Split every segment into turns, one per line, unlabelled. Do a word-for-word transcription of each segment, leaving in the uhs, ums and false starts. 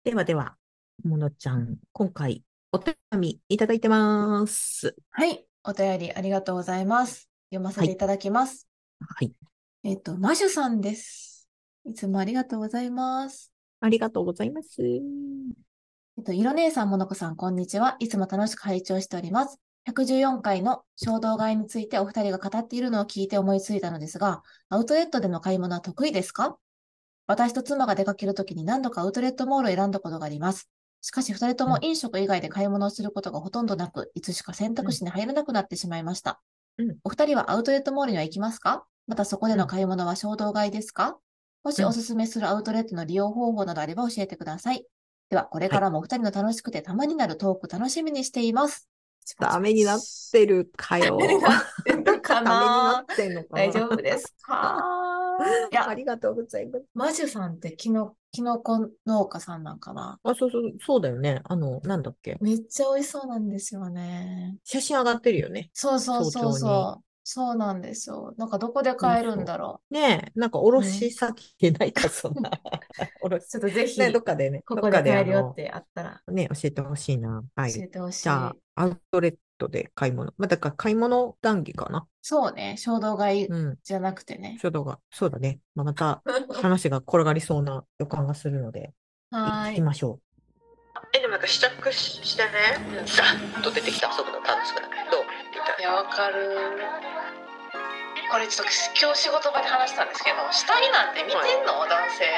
ではでは、ものちゃん、今回お手紙いただいてます。
はい。お便りありがとうございます。読ませ
はい。
ていただきます。
はい。
えっと、マジュさんです。いつもありがとうございます。
ありがとうございます。
えっと、いろ姉さん、ものこさん、こんにちは。いつも楽しく拝聴しております。ひゃくじゅうよんかいの衝動買いについてお二人が語っているのを聞いて思いついたのですが、アウトレットでの買い物は得意ですか？私と妻が出かけるときに何度かアウトレットモールを選んだことがあります。しかし、二人と
うん。
も飲食以外で買い物をすることがほとんどなく、いつしか選
うん。
択肢に入らなくなってしまいました。
うん。
お二人はアウトレットモールには行きますか？またそこで
うん。
の買い物は衝動買いですか？もしお
うん。
すすめするアウトレットの利用方法などあれば教えてください。では、これ
はい。
からもお二人の楽しくてたまになるトーク楽しみにしています。パチパチパ
ダメになっ
チ。
てるか
ダメに
よ。
なってるか
ダメになっ
な？
てんのか
大丈
な。
夫ですか？いや、
ありがとうございます。
マジュさんってキノ、キノコ農家さんなんかな？
あ、そうそう、そうだよね。あの、なんだっけ。
めっちゃ美味しそうなんですよね。
写真上がってるよね。
そうそう
早
そう
朝に。
そう。そうなんですよ。なんかどこで買えるん
美味しそ
だろ
う。ねえ、なんか、
う。ね。
卸先ないか、そんな。卸、
ちょっとぜ
ね、ど
ひ、
っかでね、
ここで
どっかで
買えるよっ
あの、
てあったら
ね、教えてほしいな。はい。
教えてほし
じゃあ、
い。
アウトレットで買い物。まあ、だから買い物談義かな。
そうね、衝動買い
うん。
じゃなくてね。
書道が、そうだね。まあ、また話が転がりそうな予感がするので、行
はーい。
きましょう。え、でもなんか試着ししてね、さっと出てきて遊ぶの楽しくない？どうって言ったら。
いや、わかる。これちょっと今日仕事場で話したんですけど、下着なんて見てんの、男性。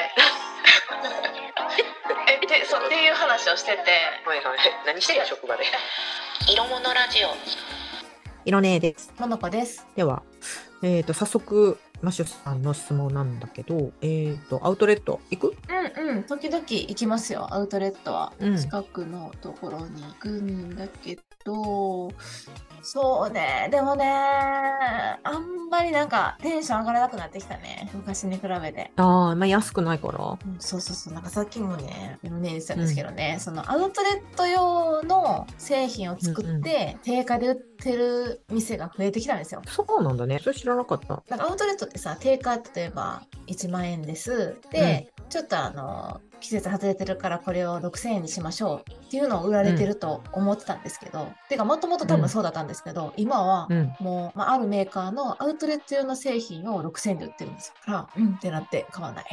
え、で、そうっていう話をしてて。
はいはい。何してんの職場で。
色物ラジオ。
色ねです。
ののこです。
では、えっと、早速、マッシュさんの質問なんだけど、えっと、アウトレット行く？
うんうん、時々行きますよ、アウトレットは。
うん。
近くのところに行くんだけど、そうね、でもね、あんまりなんかテンション上がらなくなってきたね、昔に比べて。
ああ、まあ安くないから。
うん、そうそうそう、なんかさっきもね、あのね、言ってたん
うん。
ですけどね、そのアウトレット用の製品を作っ
うんうん。
て、定価で売ってる店が増えてきたんですよ。
そうなんだね。それ知らなかった。
なんかアウトレットってさ、定価例えばいちまん円です。
うん。
で、ちょっとあの、季節外れてるからこれをろくせんえんにしましょうっていうのを売ら
うん。
れてると思ってたんですけど、てかもともと
うん。
多分そうだったんですけど、今は
うん。
もう、まあ、あるメーカーのアウトレット用の製品をろくせんえんで売ってるんですよ。から、うんってなって買わない。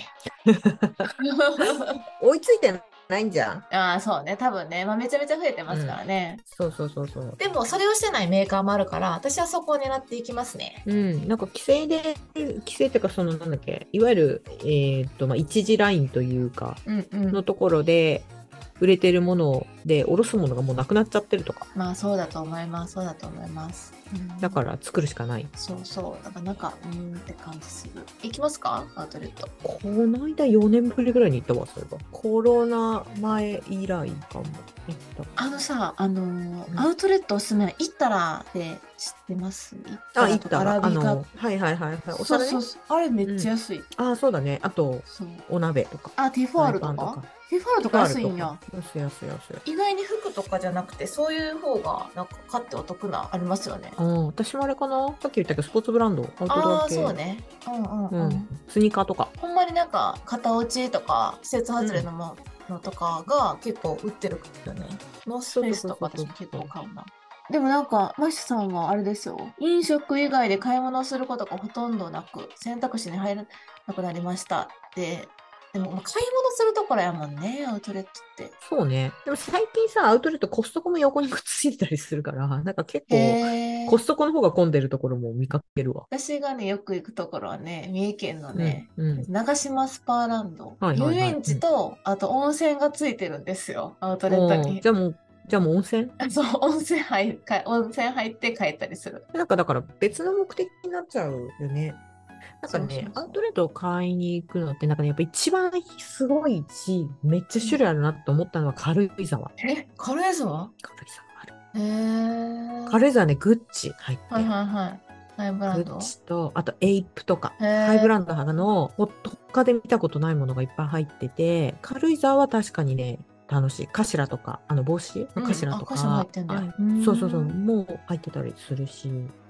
追いついてないんじゃん。
ああ、そうね。多分ね。まあ、めちゃめちゃ増えてますか
うん。
らね。
そうそうそうそう。
でも、それをしてないメーカーもあるから、私はそこを狙っていきますね。
うん。なんか規制で、規制っていうか、その、なんだっけ、いわゆる、えっと、まあ、一次ラインというか、
うんうん。
のところで、売れてるもので、おろすものがもうなくなっちゃってるとか。
まあ、そうだと思います。そうだと思います。うん、
だから作るしかない。
そうそう。だからなんか、うーんって感じする。行きますかアウトレット。
この間よねんぶりぐらいに行ったわ、そういえば。コロナ前以来かも。行った。
あのさ、あのー
うん。
アウトレットおすすめは、行ったらって知ってます？行った
あ、
らとか、ア
行ったら、
ラビカ。
あの、はいはいはいはい。お皿ね。
そうそうそう。あれめっ
うん。
ちゃ安い。
あ、そうだね。あと、
そう。
お鍋とか、
あ、ティファ
フライ
ールとか
パンとか、
ティファールとか
ティファールとか。
安いんや。
安い安い安い。
意外に服とかじゃなくて、そういう方が、なんか買ってお得な、ありますよね。
うん、私もあれかな。さっき言ったけど、スポーツブランド、アウトドア
ああ、そう
系。
ね。うんうん
うん。
うん。
スニーカーとか。
ほんまになんか、型落ちとか、季節
うん。
外れのものとかが結構売ってるよね。ノース
そうそう
フェイス
そうそうそう
とか私も結
そう。
構買うな。でもなんか、マッシュさんはあれですよ。飲食以外で買い物をすることがほとんどなく、選択肢に入らなくなりましたって。でも、まあ買い物するところやもんね、アウトレットって。
そうね。でも最近さ、アウトレットコストコも横にくっついてたりするから、なんか結
へ
構、コ
え。
ストコの方が混んでるところも見かけるわ。
私がね、よく行くところはね、三重県の
うん、
ね、
うん。
長島スパーランド。
はいはいはい。
遊園
うん。
地と、あと温泉がついてるんですよ、アウトレット
おー、
に。
じゃあもう、じゃあもう温泉。
あ、そう、温泉入、か温泉入って帰ったりする。
なんかだから別の目的になっちゃうよね。なんか
そうそ
ね、
うそう。
アウトレットを買いに行くのって、なんかね、やっぱ一番すごいし、めっちゃ
うん、
種類あるなと思ったのは軽井沢。
え、軽井沢？
軽井沢ある。
へえ。
軽井沢ね、グッチ入っ
はい
てる。
はいはい。ハイブラ
グッ
ンド。
チと、あとエイプとか、
へえ。
ハイブランド派の、ほ他で見たことないものがいっぱい入ってて、軽井沢は確かにね、楽しい。カシラとか、あの帽子の
うん。
カシラ
あ、歌詞も入っ
とか、
てんだよ。
あ、
うー
そうそうそう、
ん。
もう入ってたりするし、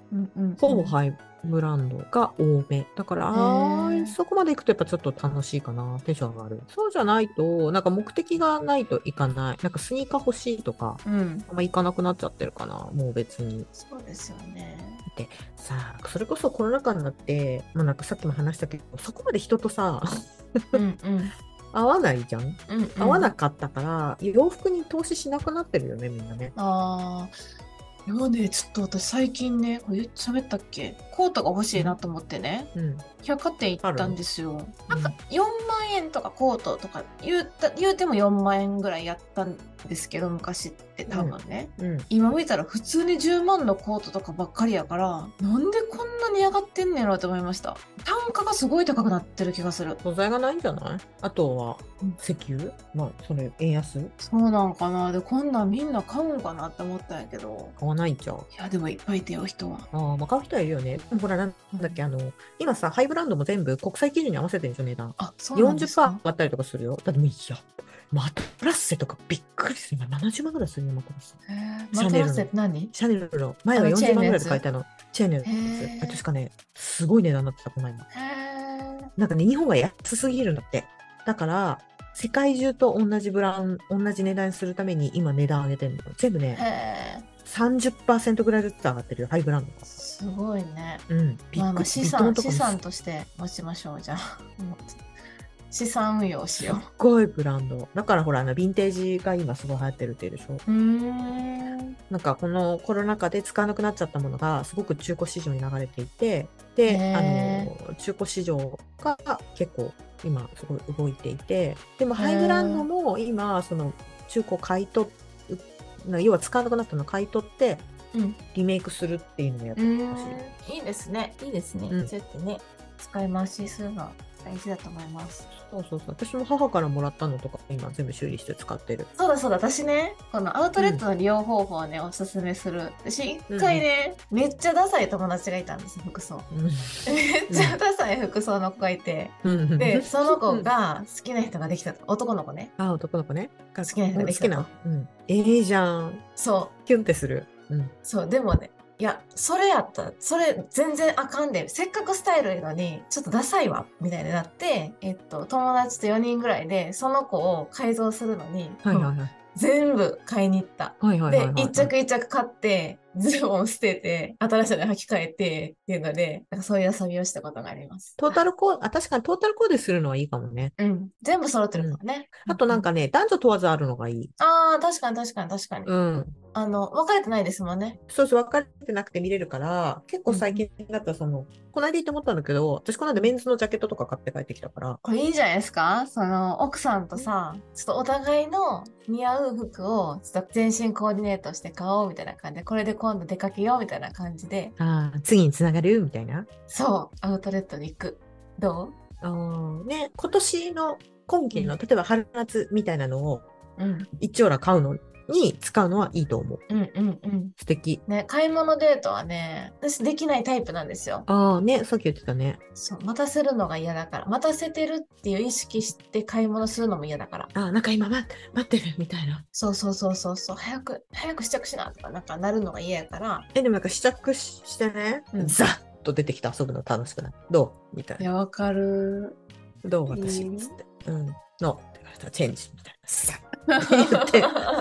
うんうんうん
ほぼハイブランドが多め。だから、あ
へー
ーそこまで行くとやっぱちょっと楽しいかな。テンション上がる。そうじゃないと、なんか目的がないといかない。なんかスニーカー欲しいとか、
うん。
あんま行かなくなっちゃってるかな。もう別に。
そうですよね。
で、さあ、それこそコロナ禍になって、まあなんかさっきも話したけど、そこまで人とさ、
うんうん。
合わないじゃん。
うんうん。
合わなかったから、洋服に投資しなくなってるよね、みんなね。
ああ、でもね、ちょっと私最近ね、これ喋ったっけコートが欲しいなと思ってね、
うん。
百貨店行ったんですよ。
ある
なんかよんまん円とかコートとか言うた、言うてもよんまん円ぐらいやったんですけど、昔って多分ね。
うん。うん。
今見たら普通にじゅうまんのコートとかばっかりやから、なんでこんなに上がってんねやろって思いました。単価がすごい高くなってる気がする。
素材がないんじゃない？あとは
うん、
石油まあ、それ、円安
そうなんかな。で、こんなんみんな買うんかなって思ったんやけど。
買わないんちゃう？
いや、でもいっぱいいてよ、人は。
ああ、まあ、買う人はいるよね。ほら、なんだっけ、あの、今さ、ハイブランドも全部国際基準に合わせてるんでしょ、値段。
あ、そうなんですか。
よんじゅっパーセント上がったりとかするよ。だってもういいや。マトラッセとかびっくりする。今ななじゅうまんぐらいするよ、マトラッセ。
へー
シャネルの
マトラッセって何？
シャネルの前は
あの
よんじゅうまんぐらいで
チェーンのやつ
買えたの。チェーンのや
へー
つ。あ確かね、すごい値段になってた、この前。
へー
なんかね、日本が安すぎるんだって。だから、世界中と同じブランド、同じ値段にするために今値段上げてるの。全部ね、
へ
さんじゅっパーセントぐらいずつ上がってるよ、ハイブランドが。
ーすごいね。
うん。ビ
まあまあ
ッグ、ビット
資産、資
ンとかもすっ
産として持ちましょう、じゃあ。資産運用しよ
ごいブランド。だからほら、あの、ヴィンテージが今すごい流行ってるっていうでしょ。
う。うーん。
なんかこのコロナ禍で使わなくなっちゃったものがすごく中古市場に流れていて、で、あ
へ
の、中古市場が結構今すごい動いていて、でもハイブランドも今、その中古買い取っ、な要は使わなくなったのを買い取って
うん。
リメイクするっていうのをやっ
う
てるらしい。
ーん。いいですね。いいですね。
うん
そうやってね、使い回しするのは大事だと思います。
そうそうそう。私も母からもらったのとか今全部修理して使ってる。
そうだそうだ、私ね、このアウトレットの利用方法をね、おすすめする。私、一回ね、めっちゃダサい友達がいたんです、服装。めっちゃダサい服装の子がいて、
うん。
で、その子
うん
が好きな人ができたと。男の子ね。
あ、男の子ね。
好きな人ができたと
好きな。うん。ええじゃん。
そう、
キュンってする。うん。
そう、でもね、いや、それやったら、それ全然あかんで、せっかくスタイルいいのに、ちょっとダサいわ、みたいになって、えっと、友達とよにんぐらいで、その子を改造するのに、
はいはいはい。
全部買いに行った。
はいはいはいはい
で、
はい。
一着一着買って、ズボン捨てて、新しいのに履き替えて、っていうので、なんかそういう遊びをしたことがあります。
トータルコーデ、あ、確かにトータルコーデするのはいいかもね。
うん。全部揃ってるからね。
あとなんかね、男女問わずあるのがいい。
ああ、確かに確かに確かに。
うん。
あの、分かれてないですもんね。
そうそう、分かれてなくて見れるから、結構最近だったらその、この間言って思ったんだけど、私この間メンズのジャケットとか買って帰ってきたから、
これいいじゃないですか。その、奥さんとさ、ちょっとお互いの似合う服を、ちょっと全身コーディネートして買おうみたいな感じで、これで今度出かけようみたいな感じで、
ああ、次につながるみたいな。
そう、アウトレットに行く。ど
あーね、今年の今期の、例えば春夏みたいなのを
う？うん。
一応ら買うのに使うのはいいと思う。
うんうんうん。
素敵。
ね、買い物デートはね、私できないタイプなんですよ。
ああ、ね、さっき言ってたね。
そう、待たせるのが嫌だから。待たせてるっていう意識して買い物するのも嫌だから。
ああ、なんか今、ま、待ってるみたいな。
そうそうそうそうそう、早く、早く試着しなとかなんかなるのが嫌やから。
え、でもなんか試着ししてね、
うん
ザッと出てきて遊ぶの楽しくない？どうみたいな。
いや、わかる。
どう私
いい
つって。うん。のって言われたらチェンジみたいな。さ言って。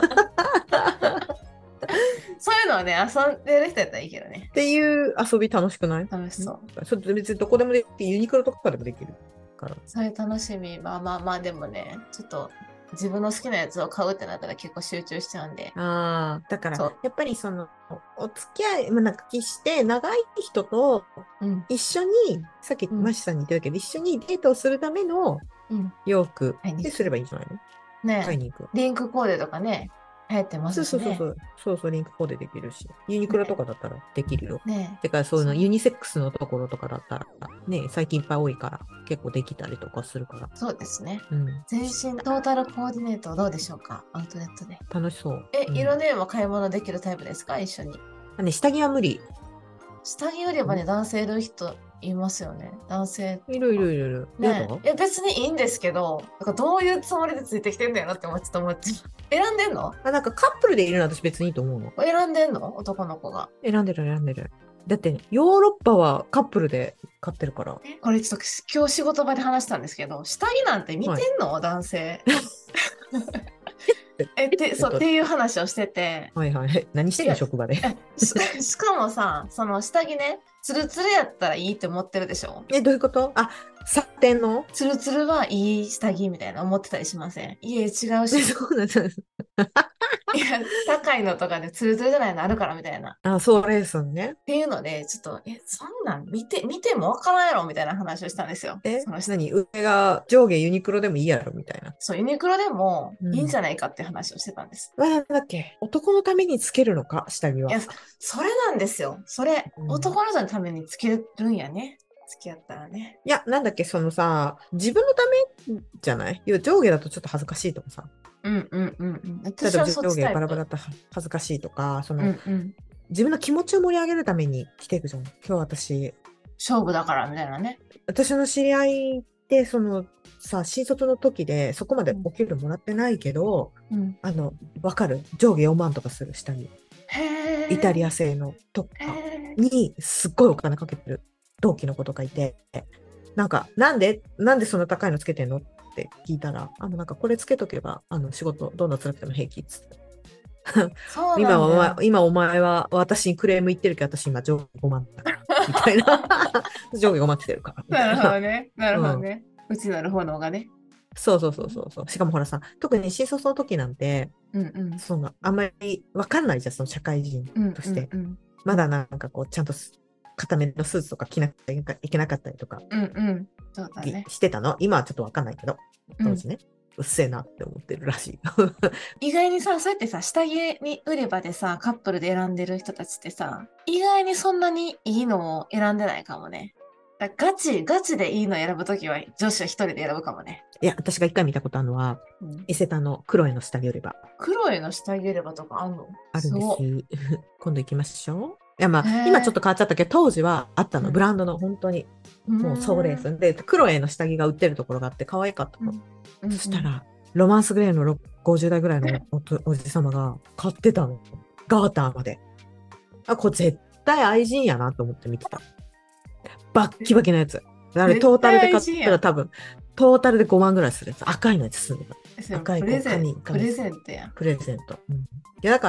そういうのはね、遊んでる人やったらいいけどね。
っていう遊び楽しくない？
楽しそう。
それ別にどこでもできる、ユニクロとかでもできるから。
そういう楽しみ。まあまあまあ、でもね、ちょっと自分の好きなやつを買うってなったら結構集中しちゃうんで。
ああ、だから
そう、
やっぱりその、お付き合い、まあ、なんか決して長い人と
うん、
一緒に、さっき
うん
マシさんに言ってたけど、一緒にデートをするための
うん。
洋服
買いに行く
ですればいいんじゃないの？買い
ね、
に行く。
リンクコーデとかね、流行ってま
そう
すしね。
そうそうそう。そうそう、リンクコーデできるし。ユニクロとかだったらできるよ。
ね
てか、そういうの、
そう
ユニセックスのところとかだったら、ね、最近いっぱい多いから、結構できたりとかするから。
そうですね。
うん。
全身トータルコーディネートどうでしょうか、アウトレットで。
楽しそう。
え、
うん
色ねも買い物できるタイプですか、一緒に。
あね、下着は無理。
下着売り場に男性いる人いますよね。男性。
いるいるいるいる。や
ね
だ
いや別にいいんですけど、なんかどういうつもりでついてきてんだよなって思っちゃ思っちゃう。選んでんの？
あ、なんかカップルでいるの私別にいいと思うの。
選んでんの男の子が。
選んでる選んでる。 だってヨーロッパはカップルで買ってるから。
これちょっと今日仕事場で話したんですけど、下着なんて見てんの、はい、男性。えってそうっていう話をしてて、
はいはい、何してんの職場で。
し, しかもさ、その下着ね、ツルツルやったらいいって思ってるでしょ。
え、どういうこと？あ、サテンの
ツルツルはいい下着みたいな思ってたりしません？いえ、違うし。
そうなんです。
いや、高いのとかでツルツルじゃないのあるからみたいな。
あ、そうですね。
っていうので、ちょっと、え、そんなん見て、見てもわからんやろみたいな話をしたんですよ。
え、
その
何上が上下ユニクロでもいいやろみたいな。
そう、ユニクロでもいいんじゃ
うん、
ないかって話をしてたんです。
なんだっけ、男のためにつけるのか、下着は。
いや、それなんですよ。それ、
うん、
男の人のためにつけるんやね。付き合ったらね。
いや、なんだっけ、そのさ、自分のためじゃない？いや、上下だとちょっと恥ずかしいとかさ。
うんうんうんうん。
例えば
私はそっ
上
ちタイプ。
下バラバラだと恥ずかしいとか、その、
うんうん。
自分の気持ちを盛り上げるために着ていくじゃん。今日私、
勝負だからみたいなね。
私の知り合いって、そのさ、新卒の時でそこまでお給料もらってないけど、
うん、
あの、わかる？上下よんまんとかする下着。
へ
イタリア製のとかにすっごいお金かけてる同期の子とかいて、なんか、なんでなんでそんな高いのつけてんのって聞いたら、あの、なんかこれつけとけば、あの、仕事どんな辛くても平気っつって。
そうな
今お前
んだよ。
今お前は私にクレーム言ってるけど、私今上下ごまんだからみたいな。上下ごまん来てるからみたいな。
なるほどね。なるほどね。
うん、
うちなる炎がね。
そうそうそうそうそう。しかもほらさ、特に新卒の時なんて、
うんうん。
そのあんまりわかんないじゃん、その社会人として。
うんうんうん、
まだなんかこう、ちゃんと固めのスーツとか着なきゃいけなかったりとか、
うんうん。そうだね。
してたの。今はちょっとわかんないけど、当時ね、うん、うっせえなって思ってるらしい。
意外にさ、そうやってさ、下着に売り場でさ、カップルで選んでる人たちってさ、意外にそんなにいいのを選んでないかもね。だガチ、ガチでいいの選ぶときは女子は一人で選ぶかもね。
いや、私が一回見たことあるのは、うん、伊勢丹のクロエの下着売り場。
クロエの下着売り場とかあるの？
あるんです。今度行きましょう。いや、まあ、今ちょっと変わっちゃったけど、当時はあったの。うん、ブランドの本当に、もうソーレースで、クロエの下着が売ってるところがあって可愛かったの。うん、そしたら、ロマンスグレーのごじゅう代ぐらいの お, おじさまが買ってたの。ガーターまで。あ、これ絶対愛人やなと思って見てた。バッキバキなやつ。あれトータルで買ったら多分、トータルでごまんぐらいするやつ。赤いのやつするの。赤い
プレゼント。プレゼントやん。
プレゼント。うん、いや、だから、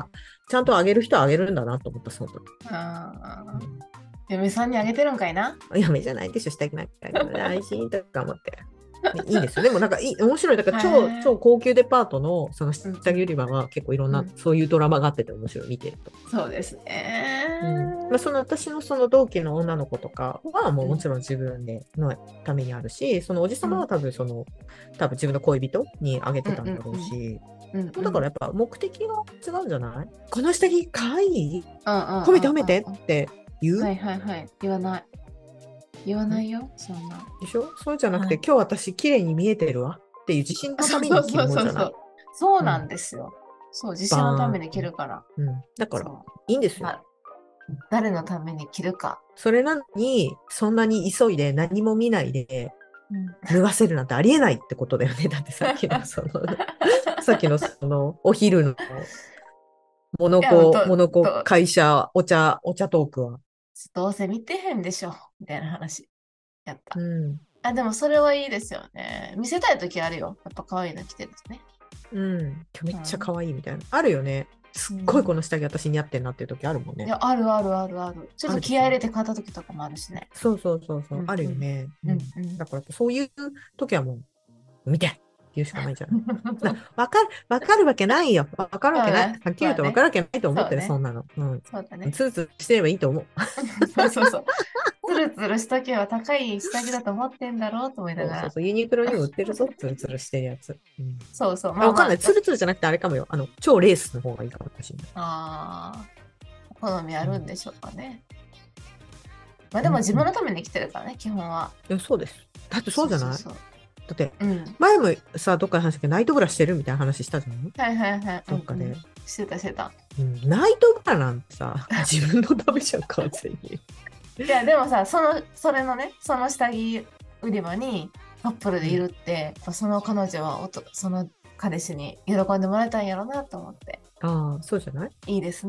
ちゃんとあげる人はあげるんだなと思った、その時。
ああ、うん。嫁さんにあげてるんかいな？
嫁じゃないでしょ、したくないから。愛人とか思って。いいんですよ。でもなんかいい、面白い。だから超、超高級デパートのその下着売り場は結構いろんな、うん、そういうドラマがあってて面白い、見てると。
そうですね。
うん、まあ、その私のその同期の女の子とかはもうもちろん自分でのためにあるし、そのおじさまは多分その、多分自分の恋人にあげてたんだろうし、だからやっぱ目的が違うんじゃない？この下着かわいい？褒めて褒めてって言う？
はいはいはい。言わない。言わないよ、そんな。
でしょ？そうじゃなくて、はい、今日私綺麗に見えてるわっていう自信のために着るもんじゃない？
そうなんですよ。そう、自信のために着るから。
うん。だから、いいんですよ。
誰のために着るか。
それなのに、そんなに急いで何も見ないで、脱がせるなんてありえないってことだよね。だってさっきのその、さっきのその、お昼の、モノコ、モノコ会社、お茶、お茶トークは。
どうせ見てへんでしょ、みたいな話。やった。
うん。
あ、でもそれはいいですよね。見せたいときあるよ。やっぱ可愛いの着てるとね。
うん。今日めっちゃ可愛いみたいな。うん、あるよね。すっごいこの下着私似合ってんなっていう時あるもんね。
いや、あるあるあるある。ちょっと気合い入れて買った時とかもあるしね。
そうそうそうそう、うん、あるよね。うんうん、だからそういう時はもう、見てって言うしかないじゃん。わかる、わかるわけないよ。わかるわけない。はっきり言うとわかるわけないと思ってる、そんなの。うん。
そうだね。
ツルツルしてればいいと思う。
そうそうそう。ツルツルしとけば高い下着だと思ってんだろうと思いながら。
そうそうそう、ユニクロにも売ってるぞ、ツルツルしてるやつ。うん、
そうそう。
まあ、わかんない。ツルツルじゃなくてあれかもよ。あの、超レースの方がいいかもしれない。
ああ。好みあるんでしょうかね。うん、まあでも自分のために生きてるからね、うん、基本は。
いや、そうです。だってそうじゃない？そうそうそう、だって、
うん、
前もさ、どっかで話したけど、ナイトブラしてるみたいな話したじゃん。
はいはいはい。
どっかで。うんうん、
してたしてた。
うん、ナイトブラなんてさ、自分のためじゃん、完全に。
いや、でもさ、その、それのね、その下着売り場にカップルでいるって、うん、その彼女はおと、その彼氏に喜んでもらえたんやろうなと思って。
ああ、そうじゃない？
いいですね。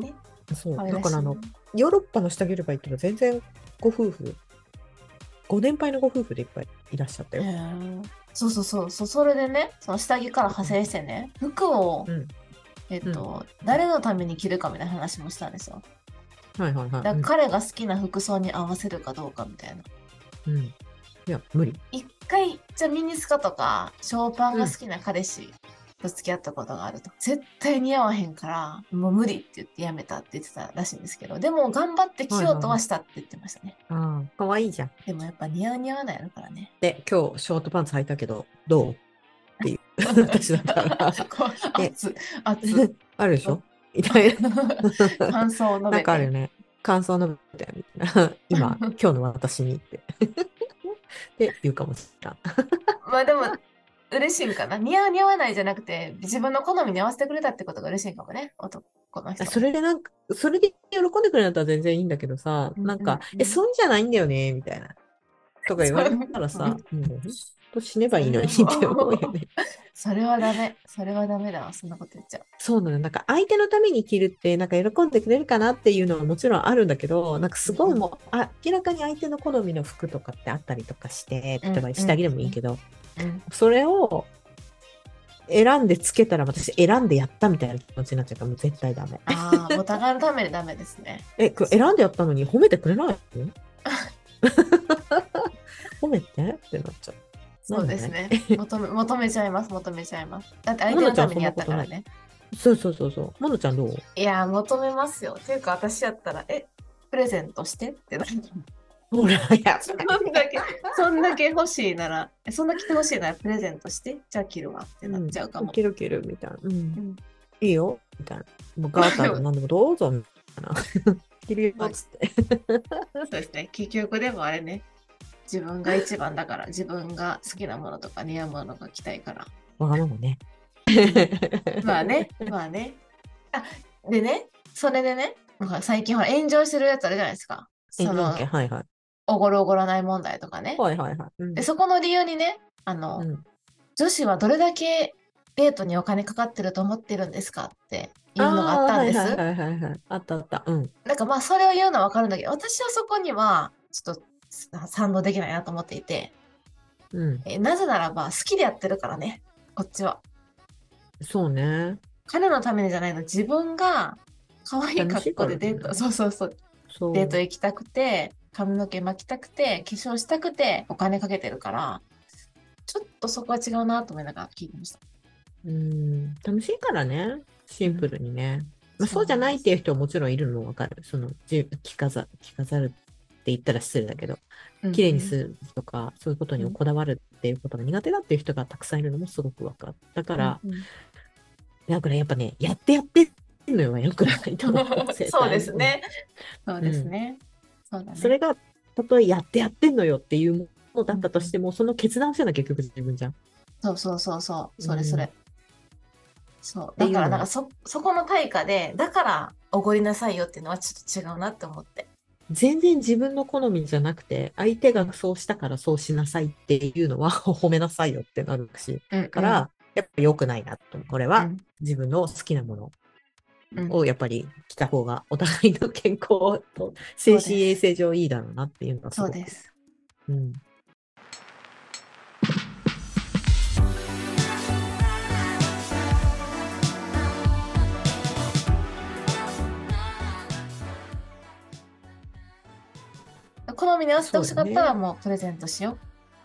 そう。
可愛らしいね。
だからあの、ヨーロッパの下着売り場行ったら全然ご夫婦、ご年配のご夫婦でいっぱいいらっしゃった
へ
よ。
ーそうそうそう、そう、それでね、その下着から派生してね、服を、
うん。
えっ
うん。
と、誰のために着るかみたいな話もしたんですよ。
はいはいはい。うん。
だから彼が好きな服装に合わせるかどうかみたいな。
うん。いや、無理。
一回、じゃあミニスカとか、ショーパン
うん。
が好きな彼氏と付き合ったことがあると。絶対似合わへんから、もう無理って言ってやめたって言ってたらしいんですけど、でも頑張って着ようとは
はいはいはい。
したって言ってましたね。
ああ、かわいいじゃん。
でもやっぱ似合う似合わないあるからね。
で、今日ショートパンツ履いたけど、どうっていう私だったら。
こう
で、
熱、熱。
あるでしょみたいな。
感想を述
なん
べて。
かあるよね。感想のみたいな。今、今日の私にって。って言うかもしれない。
まあでも、嬉しいんかな。似合う似合わないじゃなくて、自分の好みに合わせてくれたってことが嬉しいんかもね。男の人は
そ
ね。
れでなんか、それで喜んでくれるんだったら全然いいんだけどさ、
うん
なんか、え、
うんうん。
そういうんじゃないんだよね、みたいな。とか言われ
そう
たらさ、
うん
もう、ほんと死ねばいいのに
それはも
って思うよ
う
ね。
それはダメ。それはダメだわ。そんなこと言っちゃう。
そうなの。なんか相手のために着るって、なんか喜んでくれるかなっていうのはもちろんあるんだけど、なんかすごいもう、あ、明らかに相手の好みの服とかってあったりとかして、
うんうんうん
例えば下着でもいいけど、
うん。
それを選んでつけたら私選んでやったみたいな気持ちになっちゃうから、もう絶対ダメ。
ああ、お互いのためにダメですね。
え、これ選んでやったのに褒めてくれないの褒めてってなっちゃう。な
そう
んで
ですね。求め、求めちゃいます。求めちゃいます。だって相
モ
手
ノちゃんそん
のためにやっ
なことない。
たからね。
そうそうそうそう。モノちゃんどう
いやー、求めますよ。っていうか、私やったら、え、プレゼントしてってなる。
ほら、やっ
そん
ぱり。
だけ、そんだけ欲しいなら、えそんな着て欲しいならプレゼントして、じゃあ着るわってなっ
うん。
ちゃうかも。
キルキルみたいな。うん。
うん。
いいよみたいな。もうガーターでも何でもどうぞみたいな。着るよ
まあ、
っつって。
そうですね。結局でもあれね、自分が一番だから、自分が好きなものとか似合うものが着たいから。
わがままね。
うん。まあね、まあね。あ、でね、それでね、なんか最近ほら炎上してるやつあるじゃないですか。
炎上案件、
その、
はいはい。
おごるおごらない問題とかね。
はいはいはい。う
で、
ん。
そこの理由にね、あの、
うん。
女子はどれだけデートにお金かかってると思ってるんですかっていうのがあっ
ああ、
たんです。
はいはいはいはいはい。あったあった。うん。
なんかまあそれを言うのはわかるんだけど、私はそこにはちょっと賛同できないなと思っていて、
うん。
えなぜならば好きでやってるからね、こっちは。
そうね。
彼のためにじゃないの、自分が可愛い
楽しい
格好
からね。
でデート、そうそうそう、デート
そ
行きたくて、髪の毛巻きたくて、化粧したくて、お金かけてるから、ちょっとそこは違うなと思いながら聞いてました。
う。うん。楽しいからね。シ
うん、
ンプルにね。まあ、
そ
そうじゃ
うなんです。
ないっていう人はもちろんいるのもわかる。その、じ着飾、着飾るって言ったら失礼だけど、
うんうん。
綺麗にするとか、そういうことに
うん
こだわるっていうことが苦手だっていう人がたくさんいるのもすごくわかる。だから、
うんうん。
だからやっぱね、やってやってんのよはよくないと思う。絶
そうで
対に。うん。
すね。そう
うん。
ですね。そうだね。
それが、たとえやってやってんのよっていうものだっ
うんうん。
たとしても、その決断するのは結局自分じゃん。っ
そうそうそうそう。
うん。
それそれ。そう。だから、
ていうのは、
なんかそ、そこの対価で、だからおごりなさいよっていうのはちょっと違うなって思って。
全然自分の好みじゃなくて、相手が
うん。
そうしたからそうしなさいっていうのは褒めなさいよってなるし、
うんうん。
から、やっぱ良くないなと。これは
うん。
自分の好きなもの
うん。
をやっぱり着た方がお互いの健康と精神衛
そうです。
生上いいだろうなっていうのはすごく。
そうです。
うん。
好みに合わせてほしかったら
そうだね。
もうプレゼントしよ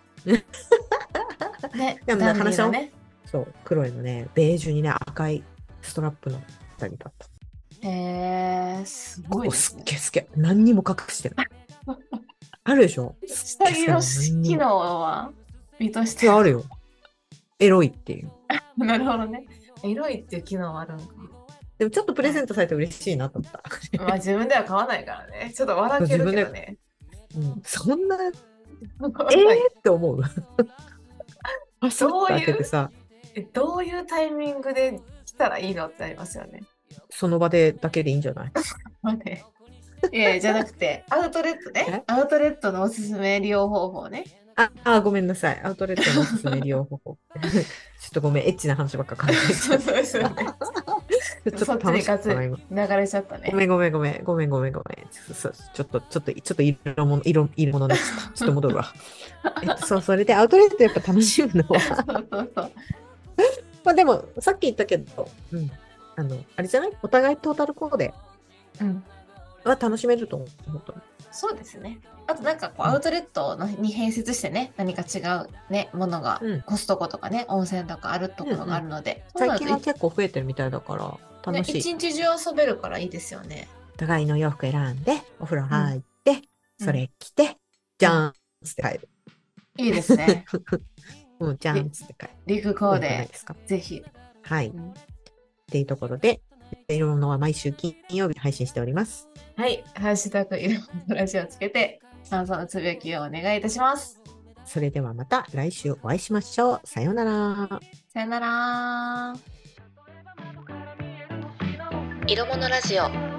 う。ね。
でもね、
ダンディ
話し合おう。
ーなね。
そう、黒いのね、ベージュにね、赤いストラップの下着だった。
へえ、す
ここすっ
ごいですね。
げすげ。何にも隠してない。あるでしょすっげすげ。
下着の
もう何にも。
機能は見として
いや、あるよ。エロいっていう。
なるほどね。エロいっていう機能はあるのか。
でもちょっとプレゼ
ま
ントされて嬉しいなと思った。
あ、まあ自分では買わないからね。ちょっと笑け
自分で、
るけどね。
うん、そんな、えー
なんか
って思う。パサッと開
どういう、
けてさ、
えどういうタイミングで来たらいいのってなりますよね。
その場でだけでいいんじゃない
まあね。いやいやじゃなくて、アウトレットね。
え
アウトレットのおすすめ利用方法ね。
あ、あ、ごめんなさい。アウトレットのおすすめ利用方法。ちょっとごめん、エッチな話ばっか考えちゃっ
そうそうですよ
た。
ね。
ちょっと
そっち
楽しか
にガツ
ったな今。
流れちゃったね。
ごめんごめんごめんごめんごめんごめん。ちょそうちょっとちょっとちょっと色物色色物になっちゃった。ちょっと戻るわ。えっとそうそれでアウトレットやっぱ楽しむのは
そうそうそう。
まあでもさっき言ったけど、うん、あのあれじゃないお互いトータルコーデ
うん。
は楽しめると思う。本当に
そうですね。あとなんかこう
うん
アウトレットのに併設してね、何か違うね、ものが、
うん
コストコとかね、温泉とかあるところがあるので、そうなると
最近は結構増えてるみたいだから
ね、
楽しい。
一日中遊べるからいいですよね。
お互いの洋服選んでお風呂入って、
うん
それ着て、じゃーんって帰る。
いいですね。
もうじゃーんって帰る。
リクコー
いいじゃない
デ
ですか。
ぜひ。
はい。っ
うん
ていうところで、いろんなは毎週金曜日に配信しております。
はい。ハッシュタグいろんなラジオをつけて、感想のつぶやきをお願いいたします。
それではまた来週お会いしましょう。さようなら。
さよなら。
色物ラジオ